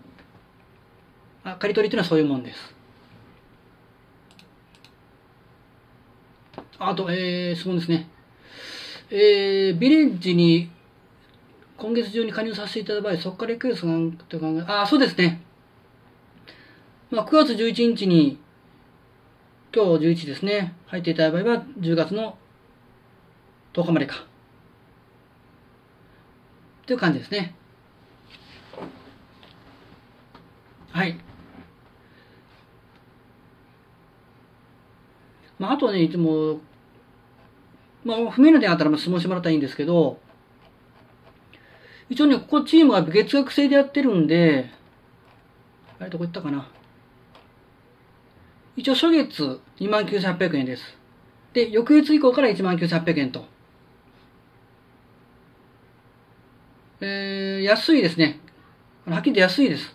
刈り取りっていうのはそういうもんです。あと、質問ですね。ビレッジに今月中に加入させていただいた場合、そこから1ヶ月間と考え、そうですね。まあ、9月11日に、今日11ですね、入っていただいた場合は、10月の10日までか。という感じですね。はい。まあ、あとね、いつも、まあ、不明な点あったら質問してもらったらいいんですけど、一応ね、ここチームは月額制でやってるんで、どこ行ったかな。一応初月29,800円です。で、翌月以降から19,800円と。安いですね。はっきり言って安いです。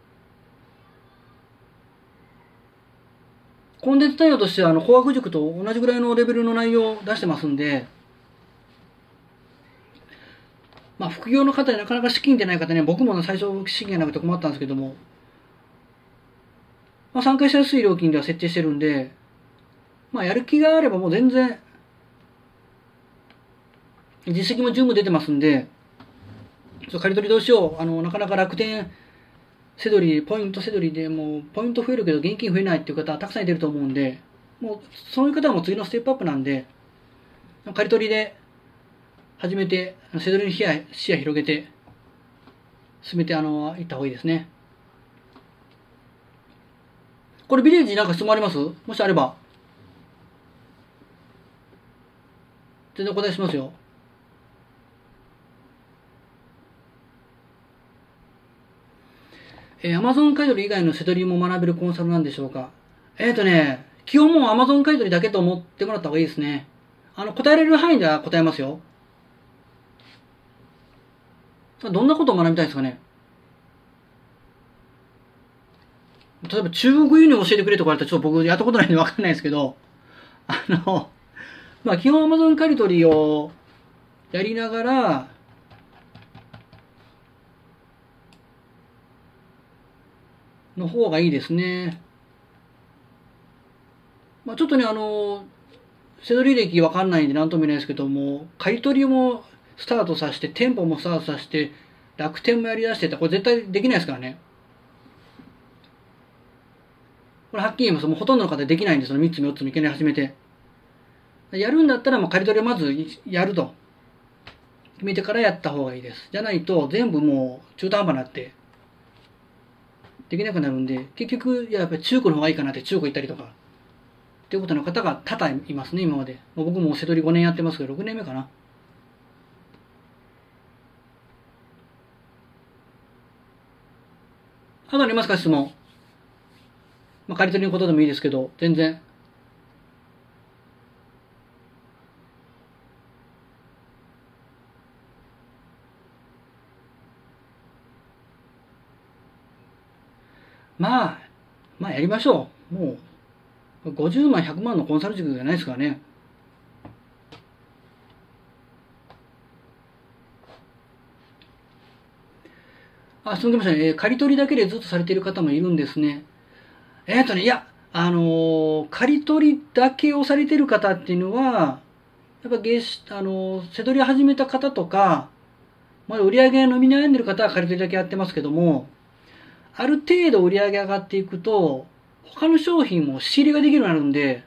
コンテンツ内容としては、工学塾と同じぐらいのレベルの内容を出してますんで、まあ、副業の方でなかなか資金出ない方ね、僕も最初資金がなくて困ったんですけども、まあ、参加しやすい料金では設定してるんで、まあ、やる気があればもう全然、実績も十分出てますんで、刈り取りどうしよう。なかなか楽天セドリ、ポイントセドリでもう、ポイント増えるけど現金増えないっていう方はたくさんいてると思うんで、もう、そういう方はもう次のステップアップなんで、刈り取りで始めて、セドリに視野広げて、進めて、行った方がいいですね。これビレッジなんか質問あります？もしあれば。全然お答えしますよ。Amazon 買い取り以外のセドリも学べるコンサルなんでしょうか？基本もう Amazon 買い取りだけと思ってもらった方がいいですね。答えられる範囲では答えますよ。どんなことを学びたいですかね？例えば中国輸入を教えてくれとか言われたらちょっと僕やったことないんで分かんないですけど、まあ基本 Amazon 買い取りをやりながら、の方がいいですね。まあちょっとね、セドリ歴わかんないんで何とも言えないですけども、買い取りもスタートさせて、店舗もスタートさせて、楽天もやりだしてたら、これ絶対できないですからね。これはっきり言います。もうほとんどの方できないんですよ。3つも4つもいきなり始めて。やるんだったらもう借り取りをまずやると。決めてからやった方がいいです。じゃないと全部もう中途半端になって、できなくなるんで、結局、やっぱり中古の方がいいかなって中古行ったりとか、っていうことの方が多々いますね、今まで。僕も瀬戸り5年やってますけど、6年目かな。あとありますか、質問。まあ、借り取りのことでもいいですけど、全然。まあやりましょう。もう、50万、100万のコンサル塾じゃないですからね。 質問来ましたね。刈り取りだけでずっとされている方もいるんですね。いや、刈り取りだけをされている方っていうのは、やっぱ瀬取りを始めた方とか、まだ売り上げが伸び悩んでる方は刈り取りだけやってますけども、ある程度売り上げ上がっていくと、他の商品も仕入れができるようになるんで、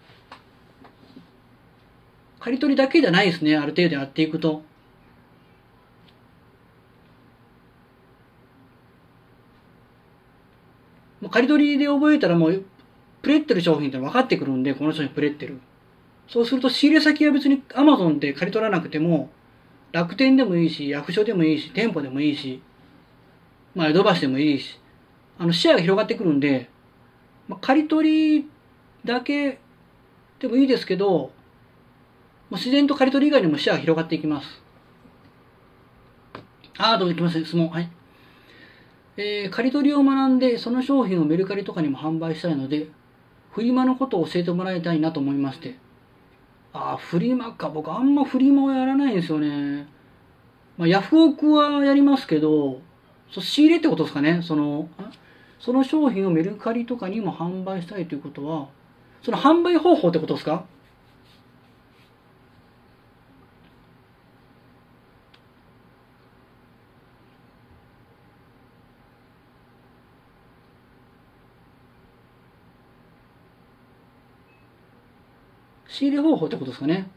刈り取りだけじゃないですね、ある程度やっていくと。もう刈り取りで覚えたらもう、プレってる商品って分かってくるんで、この商品プレってる。そうすると仕入れ先は別に Amazon で刈り取らなくても、楽天でもいいし、ヤフショでもいいし、店舗でもいいし、まあ、江戸橋でもいいし、視野が広がってくるんで、まあ、刈り取りだけでもいいですけど、もう自然と刈り取り以外にも視野が広がっていきます。どうも来ました。質問。はい。刈り取りを学んで、その商品をメルカリとかにも販売したいので、フリマのことを教えてもらいたいなと思いまして。フリマか。僕あんまフリマはやらないんですよね。まあ、ヤフオクはやりますけど、仕入れってことですかね。その商品をメルカリとかにも販売したいということは、その販売方法ってことですか？仕入れ方法ってことですかね。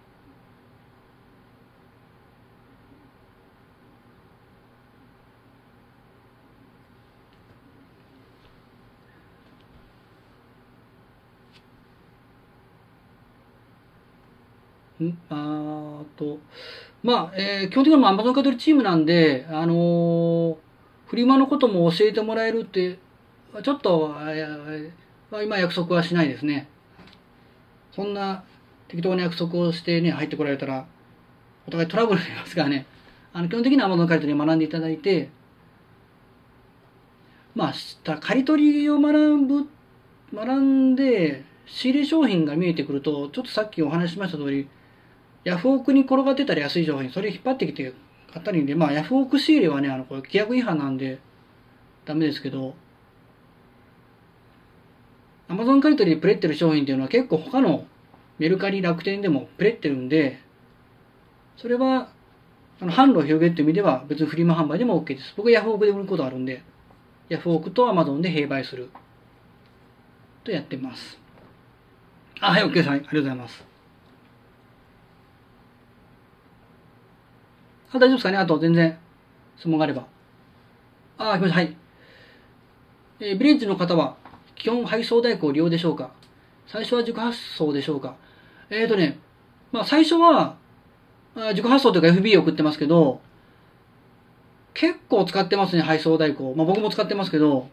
基本的には Amazon 買取チームなんで、フリマのことも教えてもらえるって、ちょっと、今約束はしないですね。そんな適当な約束をしてね、入ってこられたら、お互いトラブルになりますからね。基本的には Amazon 買取に学んでいただいて、刈り取りを学んで、仕入れ商品が見えてくると、ちょっとさっきお話ししました通り、ヤフオクに転がってたら安い商品、それ引っ張ってきて買ったりんで、ヤフオク仕入れはね、これ規約違反なんでダメですけど、Amazon 買い取りでプレってる商品っていうのは結構他のメルカリ、楽天でもプレってるんで、それは、販路を広げるっていう意味では別にフリマ販売でも OK です。僕はヤフオクで売ることあるんで、ヤフオクと Amazon で併売するとやってます。はい、OK です。はい、ありがとうございます。大丈夫ですかね。あと全然質問があれば。来ました。はい。ビレッジの方は基本配送代行利用でしょうか？最初は自己発送でしょうか？最初は自己発送というか FBA 送ってますけど、結構使ってますね、配送代行。僕も使ってますけど、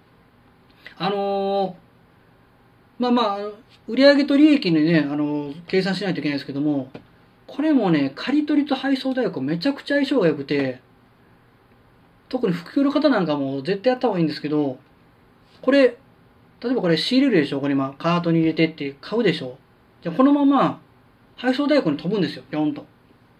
売上と利益でね、計算しないといけないですけども、これもね、刈り取りと配送代行めちゃくちゃ相性が良くて、特に副業の方なんかも絶対やった方がいいんですけど、これ、例えばこれ仕入れるでしょ、これ今、カートに入れてって買うでしょ。じゃあこのまま配送代行に飛ぶんですよ、ぴょんと。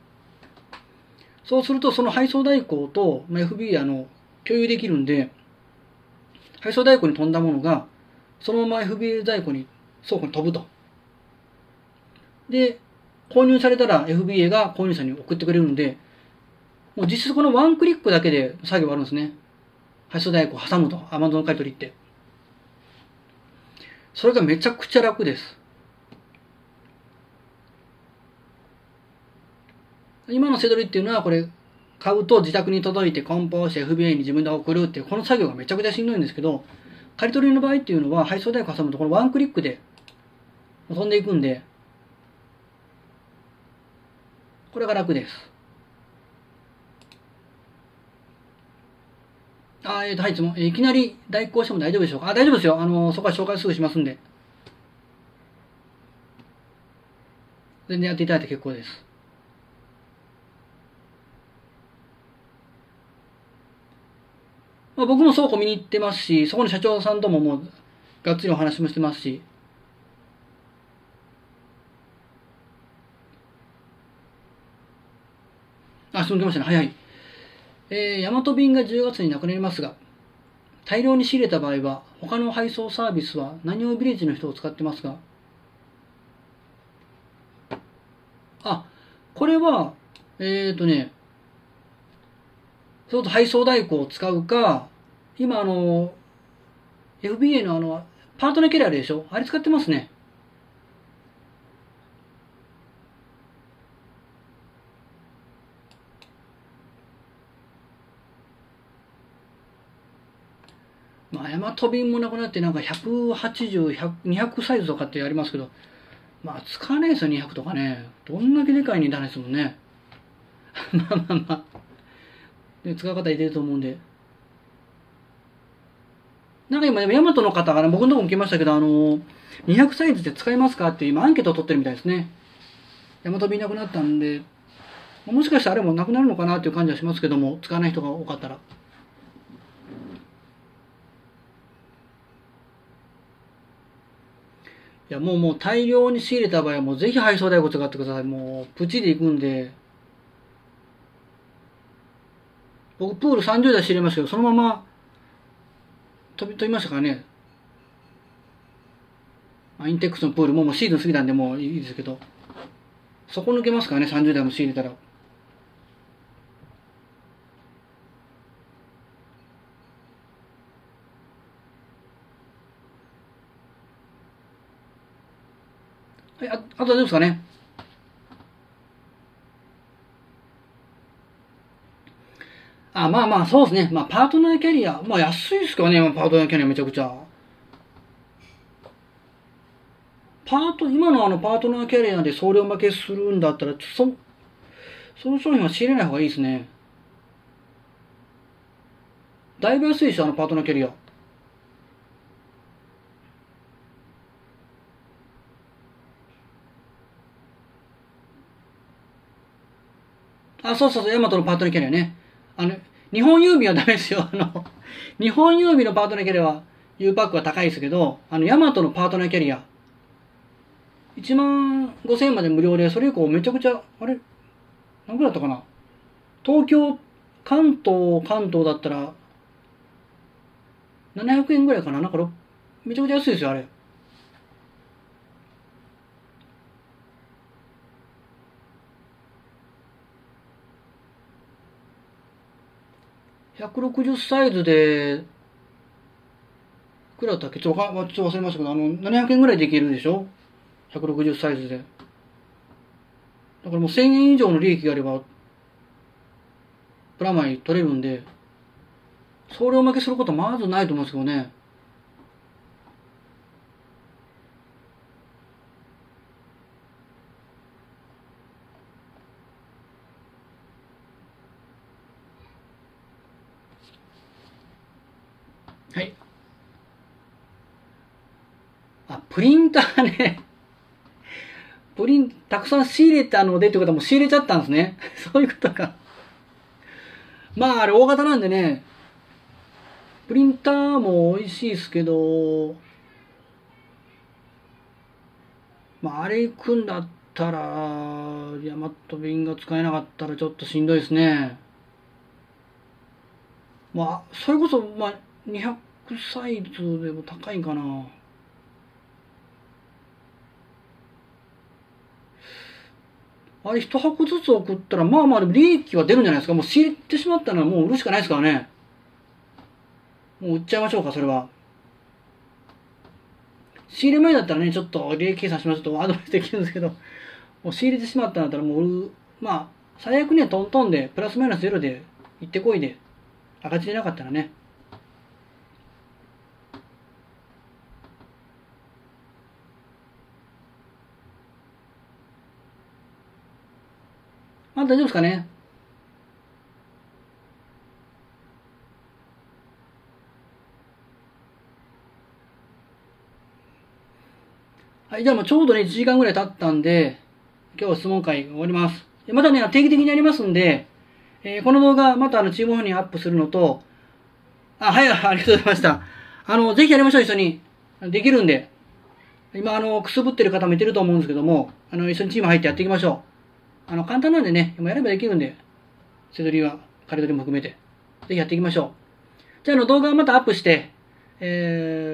そうすると、その配送代行と FB 共有できるんで、配送代行に飛んだものが、そのまま FBA 在庫に、倉庫に飛ぶと。で、購入されたら FBA が購入者に送ってくれるんで、もう実質このワンクリックだけで作業があるんですね。配送代行を挟むと、Amazon 買い取りって。それがめちゃくちゃ楽です。今のせどりっていうのは、これ、買うと自宅に届いて梱包して FBA に自分で送るっていう、この作業がめちゃくちゃしんどいんですけど、刈り取りの場合っていうのは配送代行挟むとこのワンクリックで飛んでいくんで、これが楽です。はい、質問。いきなり代行しても大丈夫でしょうか？大丈夫ですよ。そこは紹介すぐしますんで。全然やっていただいて結構です。僕も倉庫見に行ってますし、そこの社長さんとももう、がっつりお話もしてますし。質問来ましたね。はいはい。 ヤマト便が10月になくなりますが、大量に仕入れた場合は、他の配送サービスは何をビレッジの人を使ってますか？あ、これは、それと配送代行を使うか、今FBA のパートナーキャリアでしょ？あれ使ってますね。まあ、ヤマト便もなくなってなんか180、100、200サイズとかってありますけど、まあ使わないですよ、200とかね。どんだけでかいにだですもんね。まあまあまあ。で使う方いてると思うんで。なんか今、ヤマトの方がね、僕のとこも来ましたけど、200サイズで使えますかって今アンケートを取ってるみたいですね。ヤマト便なくなったんで、もしかしたらあれもなくなるのかなっていう感じはしますけども、使わない人が多かったら。いや、もう大量に仕入れた場合はもうぜひ配送代行使ってください。もうプチで行くんで。僕プール30台仕入れましたけど、そのまま飛びましたからね。インテックスのプールもうシーズン過ぎたんでもういいですけど。そこ抜けますからね、30台も仕入れたら。はい、あと大丈夫ですかね。まあまあ、そうですね。まあ、パートナーキャリア。まあ、安いですからね、パートナーキャリアめちゃくちゃ。今のパートナーキャリアで送料負けするんだったら、その商品は仕入れない方がいいですね。だいぶ安いでしょ、パートナーキャリア。そうそうそう、ヤマトのパートナーキャリアね。日本郵便はダメですよ。日本郵便のパートナーキャリアは、U パックは高いですけど、ヤマトのパートナーキャリア、1万5000円まで無料で、それ以降めちゃくちゃ、あれ何くらいだったかな？東京、関東だったら、700円ぐらいかな？なんかめちゃくちゃ安いですよ、あれ。160サイズで、いくらだったっけ？ちょっと忘れましたけど、700円ぐらいでいけるでしょ？ 160 サイズで。だからもう1000円以上の利益があれば、プラマイ取れるんで、送料負けすることまずないと思うんですけどね。はい。プリンターね。たくさん仕入れたのでってことはもう仕入れちゃったんですね。そういうことか。まあ、あれ大型なんでね、プリンターも美味しいですけど、まあ、あれ行くんだったら、ヤマト便が使えなかったらちょっとしんどいですね。まあ、それこそ、まあ、200サイズでも高いんかな。あれ一箱ずつ送ったら、まあまあでも利益は出るんじゃないですか。もう仕入れてしまったのはもう売るしかないですからね。もう売っちゃいましょうか、それは。仕入れ前だったらね、ちょっと利益計算しましょうとアドバイスできるんですけど、もう仕入れてしまったんだったらもう売る。まあ、最悪ね、トントンで、プラスマイナスゼロで、行ってこいで、赤字でなかったらね。まあ大丈夫ですかね。はい、じゃあもうちょうどね、1時間ぐらい経ったんで、今日は質問会終わります。またね、定期的にやりますんで、この動画、またチーム表にアップするのと、はい、ありがとうございました。ぜひやりましょう、一緒に。できるんで。今、くすぶってる方もいてると思うんですけども、一緒にチーム入ってやっていきましょう。簡単なんでね、今やればできるんで、セドリは、カリドリも含めて。 ぜひやっていきましょう。じゃあ動画をまたアップして、